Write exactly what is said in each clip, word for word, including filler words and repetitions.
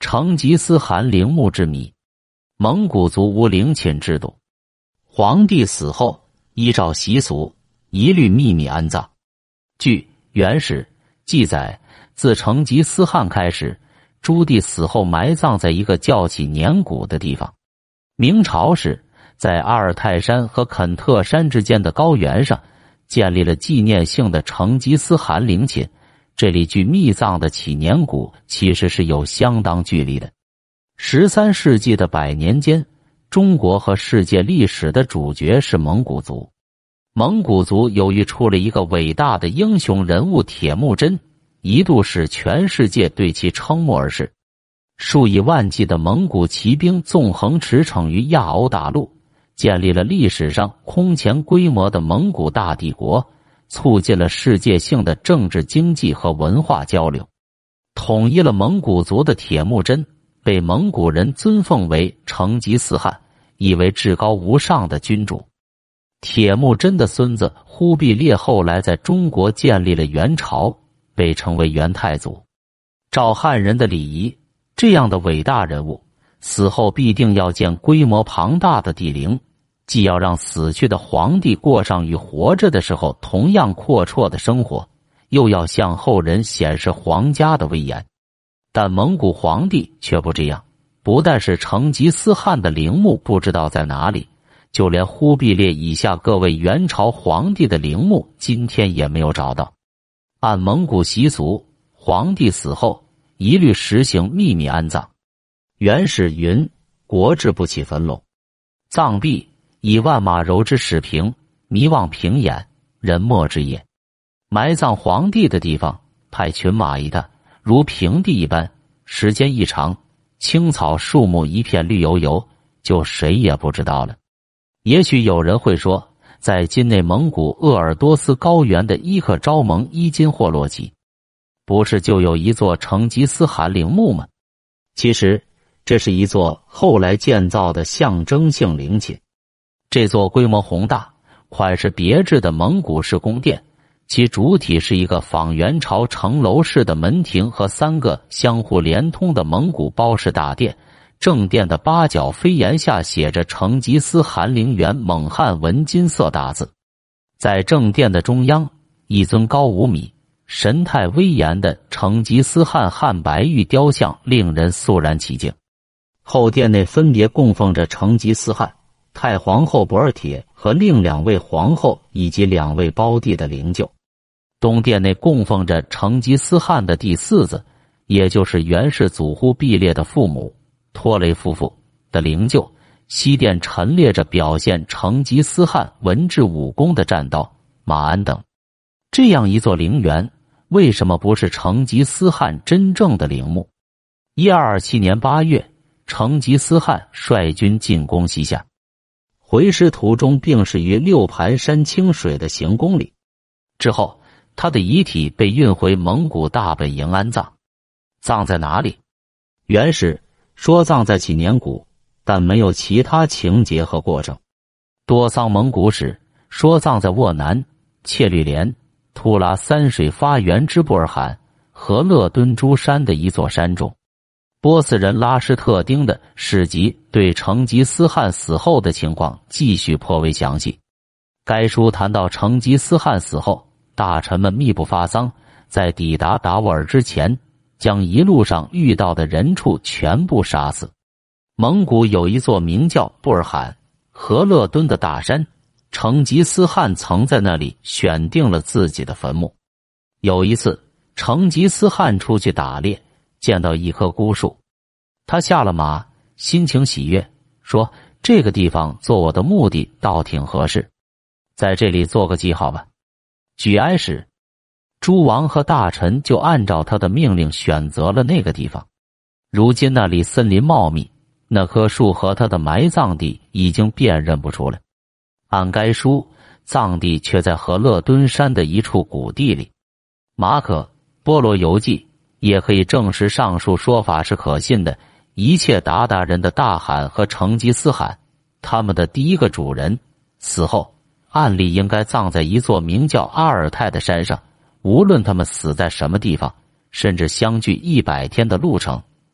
成吉思汗陵墓之谜。蒙古族无陵寝制度，皇帝死后依照习俗一律秘密安葬。据《元史》记载，自成吉思汗开始，朱棣死后埋葬在一个叫起年谷的地方。明朝时，在阿尔泰山和肯特山之间的高原上建立了纪念性的成吉思汗陵寝，这里距秘葬的起年谷其实是有相当距离的。十三世纪的百年间，中国和世界历史的主角是蒙古族。蒙古族由于出了一个伟大的英雄人物铁木真，一度使全世界对其瞠目而视。数以万计的蒙古骑兵纵横驰骋于亚欧大陆，建立了历史上空前规模的蒙古大帝国，促进了世界性的政治经济和文化交流。统一了蒙古族的铁木真被蒙古人尊奉为成吉思汗，以为至高无上的君主。铁木真的孙子忽必烈后来在中国建立了元朝，被称为元太祖。照汉人的礼仪，这样的伟大人物死后必定要建规模庞大的帝陵，既要让死去的皇帝过上与活着的时候同样阔绰的生活，又要向后人显示皇家的威严。但蒙古皇帝却不这样，不但是成吉思汗的陵墓不知道在哪里，就连忽必烈以下各位元朝皇帝的陵墓今天也没有找到。按蒙古习俗，皇帝死后一律实行秘密安葬。元史云：国志不起坟垄，葬毕以万马柔之始平，迷望平眼，人莫之也。埋葬皇帝的地方派群马一担，如平地一般，时间一长，青草树木一片绿油油，就谁也不知道了。也许有人会说，在今内蒙古鄂尔多斯高原的伊克昭盟伊金霍洛旗，不是就有一座成吉思汗陵墓吗？其实这是一座后来建造的象征性陵寝。这座规模宏大、款式别致的蒙古式宫殿，其主体是一个仿元朝城楼式的门庭和三个相互连通的蒙古包式大殿。正殿的八角飞檐下写着成吉思汗陵园蒙汉文金色大字。在正殿的中央，一尊高五米、神态威严的成吉思汗汉白玉雕像令人肃然起敬。后殿内分别供奉着成吉思汗、太皇后博尔帖和另两位皇后以及两位胞弟的灵柩。东殿内供奉着成吉思汗的第四子，也就是元世祖忽必烈的父母托雷夫妇的灵柩。西殿陈列着表现成吉思汗文治武功的战刀、马鞍等。这样一座陵园，为什么不是成吉思汗真正的陵墓？一二二七年八月，成吉思汗率军进攻西夏，回师途中病逝于六盘山清水的行宫里。之后，他的遗体被运回蒙古大本营安葬。葬在哪里？元史说葬在起年谷，但没有其他情节和过程。多桑蒙古史说葬在沃南、切律连、突拉三水发源之布尔罕、和勒敦珠山的一座山中。波斯人拉施特丁的史籍对成吉思汗死后的情况继续颇为详细。该书谈到成吉思汗死后，大臣们密不发丧，在抵达达斡尔之前，将一路上遇到的人畜全部杀死。蒙古有一座名叫布尔罕、和勒敦的大山，成吉思汗曾在那里选定了自己的坟墓。有一次，成吉思汗出去打猎，见到一棵孤树，他下了马，心情喜悦，说这个地方做我的墓地倒挺合适，在这里做个记号吧。举哀时，诸王和大臣就按照他的命令选择了那个地方。如今那里森林茂密，那棵树和他的埋葬地已经辨认不出了。按该书，葬地却在和勒敦山的一处谷地里。马可·波罗游记也可以证实上述说法是可信的。一切鞑靼人的大汗和成吉思汗，他们的第一个主人死后，按理应该葬在一座名叫阿尔泰的山上。无论他们死在什么地方，甚至相距一百天的路程，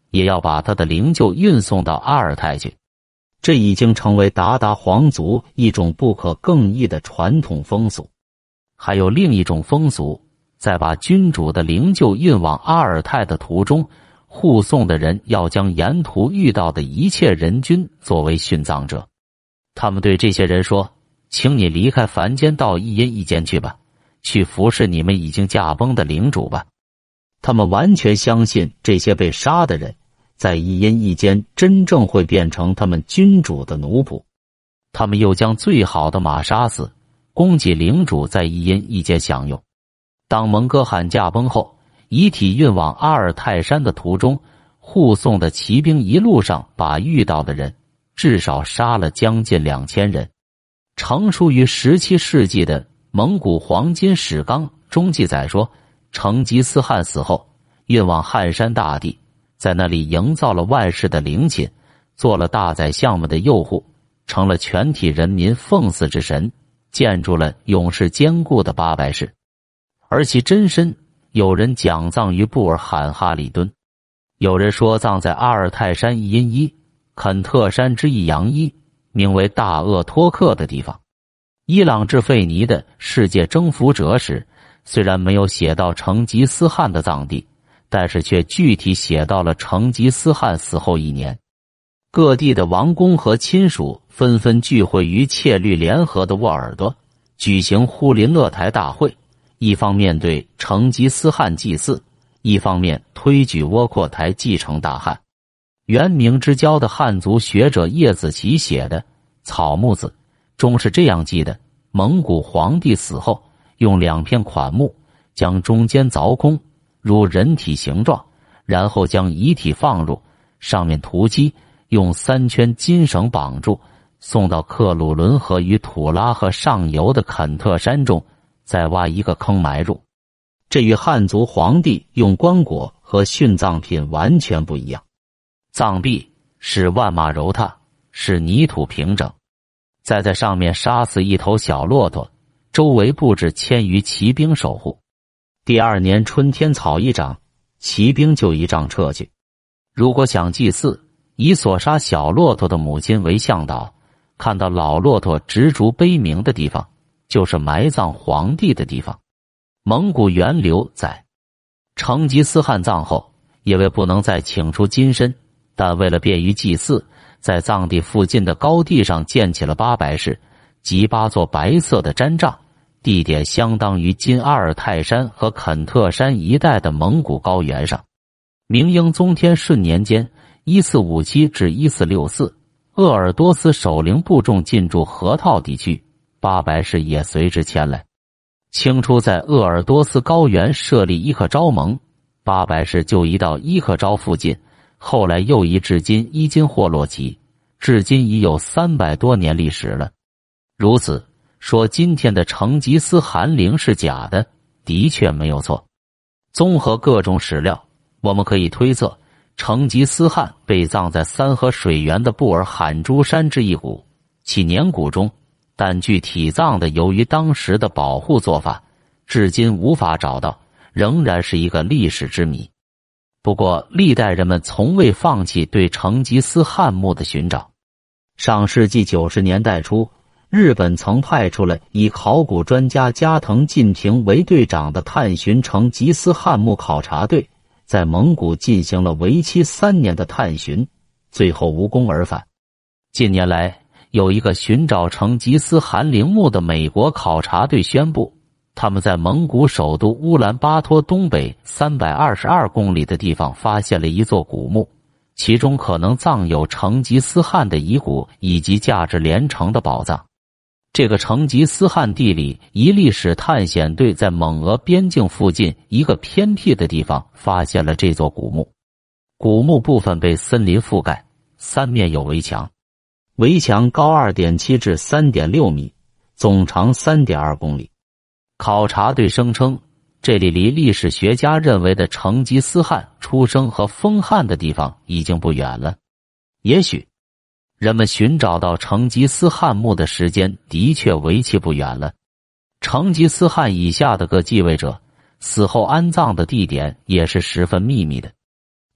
也要把他的灵柩运送到阿尔泰去。这已经成为鞑靼皇族一种不可更易的传统风俗。还有另一种风俗，在把君主的灵柩运往阿尔泰的途中，护送的人要将沿途遇到的一切人君作为殉葬者。他们对这些人说，请你离开凡间到一阴一间去吧，去服侍你们已经驾崩的领主吧。他们完全相信这些被杀的人在一阴一间真正会变成他们君主的奴仆。他们又将最好的马杀死，供给领主在一阴一间享用。当蒙哥汗驾崩后，遗体运往阿尔泰山的途中，护送的骑兵一路上把遇到的人至少杀了将近两千人。成书于十七世纪的蒙古黄金史纲中记载说，成吉思汗死后，运往汉山大地，在那里营造了万世的陵寝，做了大宰相们的右护，成了全体人民奉祀之神，建筑了永世坚固的八百室。而其真身，有人讲葬于布尔罕哈里敦，有人说葬在阿尔泰山一阴一肯特山之一阳一，名为大鄂托克的地方。伊朗至费尼的世界征服者史虽然没有写到成吉思汗的葬地，但是却具体写到了成吉思汗死后一年。各地的王公和亲属纷纷聚会于切律联合的沃尔多，举行呼林勒台大会，一方面对成吉思汗祭祀，一方面推举窝阔台继承大汗。元明之交的汉族学者叶子奇写的《草木子》中是这样记的：蒙古皇帝死后，用两片款木将中间凿空，如人体形状，然后将遗体放入，上面涂漆，用三圈金绳绑住，送到克鲁伦河与土拉河上游的肯特山中，再挖一个坑埋入。这与汉族皇帝用棺椁和殉葬品完全不一样。葬壁是万马柔踏，使泥土平整，再在上面杀死一头小骆驼，周围布置千余骑兵守护。第二年春天草一长，骑兵就一丈撤去。如果想祭祀，以所杀小骆驼的母亲为向导，看到老骆驼执着悲鸣的地方，就是埋葬皇帝的地方。蒙古源流在成吉思汗葬后，因为不能再请出金身，但为了便于祭祀，在葬地附近的高地上建起了八百室及八座白色的毡帐，地点相当于今阿尔泰山和肯特山一带的蒙古高原上。明英宗天顺年间一四五七至一四六四，鄂尔多斯守陵部众进驻河套地区，八百室也随之迁来。清初在鄂尔多斯高原设立伊克昭盟，八百室就移到伊克昭附近，后来又移至今伊金霍洛旗，至今已有三百多年历史了。如此说，今天的成吉思汗陵是假的，的确没有错。综合各种史料，我们可以推测，成吉思汗被葬在三河水源的布尔罕珠山之一谷，其年谷中，但具体葬的由于当时的保护做法，至今无法找到，仍然是一个历史之谜。不过历代人们从未放弃对成吉思汗墓的寻找。上世纪九十年代初，日本曾派出了以考古专家加藤进平为队长的探寻成吉思汗墓考察队，在蒙古进行了为期三年的探寻，最后无功而返。近年来，有一个寻找成吉思汗陵墓的美国考察队宣布，他们在蒙古首都乌兰巴托东北三百二十二公里的地方发现了一座古墓，其中可能葬有成吉思汗的遗骨以及价值连城的宝藏。这个成吉思汗地里一历史探险队在蒙俄边境附近一个偏僻的地方发现了这座古墓。古墓部分被森林覆盖，三面有围墙，围墙高 二点七 至 三点六 米，总长 三点二 公里。考察队声称，这里离历史学家认为的成吉思汗出生和封汉的地方已经不远了。也许人们寻找到成吉思汗墓的时间的确为期不远了。成吉思汗以下的各继位者死后安葬的地点也是十分秘密的。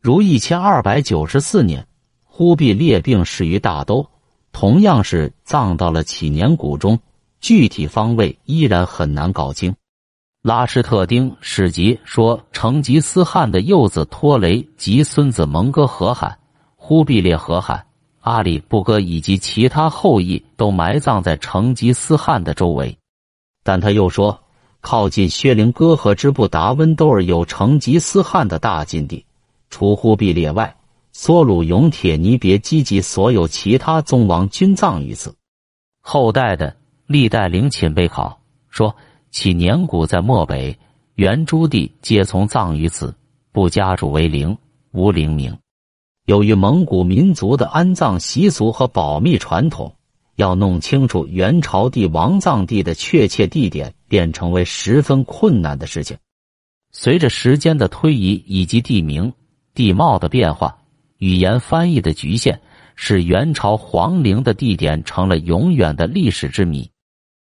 如一千二百九十四年，忽必烈病逝于大都，同样是葬到了祈年谷中，具体方位依然很难搞清。拉施特丁史籍说，成吉思汗的幼子托雷及孙子蒙哥和罕、忽必烈和罕、阿里不哥以及其他后裔都埋葬在成吉思汗的周围。但他又说，靠近薛陵哥和支布达温都尔有成吉思汗的大禁地，除忽必烈外，梭鲁永铁尼别基及所有其他宗王均葬于此。后代的历代陵寝备考说，其年谷在漠北，原诸地皆从葬于此，不加主为陵，无陵名。由于蒙古民族的安葬习俗和保密传统，要弄清楚元朝帝王葬地的确切地点便成为十分困难的事情。随着时间的推移以及地名、地貌的变化，语言翻译的局限，使元朝皇陵的地点成了永远的历史之谜。